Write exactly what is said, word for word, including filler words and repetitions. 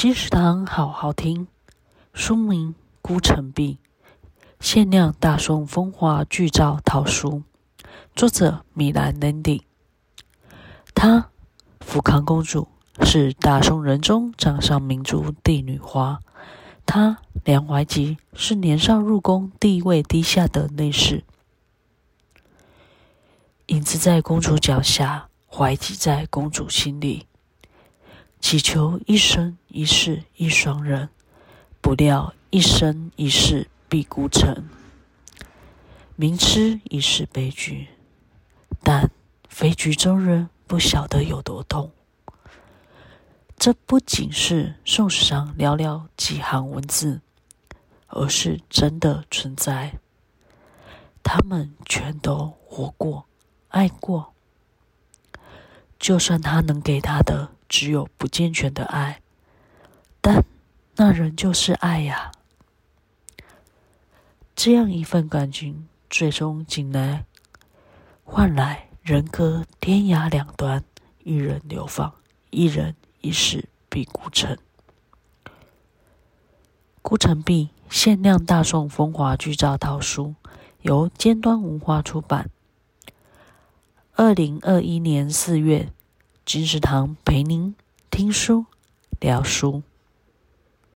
金石堂好好听，书名《孤城闭》，限量大宋风华剧照套书，作者米兰 Landy。她，福康公主，是大宋人中掌上明珠帝女花。她，梁怀吉，是年少入宫、地位低下的内侍。影子在公主脚下，怀吉在公主心里。祈求一生一世一双人，不料一生一世必孤城。明知已是悲剧，但非剧中人不晓得有多痛。这不仅是宋史上寥寥几行文字，而是真的存在。他们全都活过，爱过。就算他能给他的只有不健全的爱，但那仍旧是爱呀。这样一份感情，最终竟然换来人隔天涯两端，一人流放，一人一世必孤城。孤城闭限量大宋风华剧照套书，由尖端文化出版。二零二一年四月，金石堂陪您听书聊书。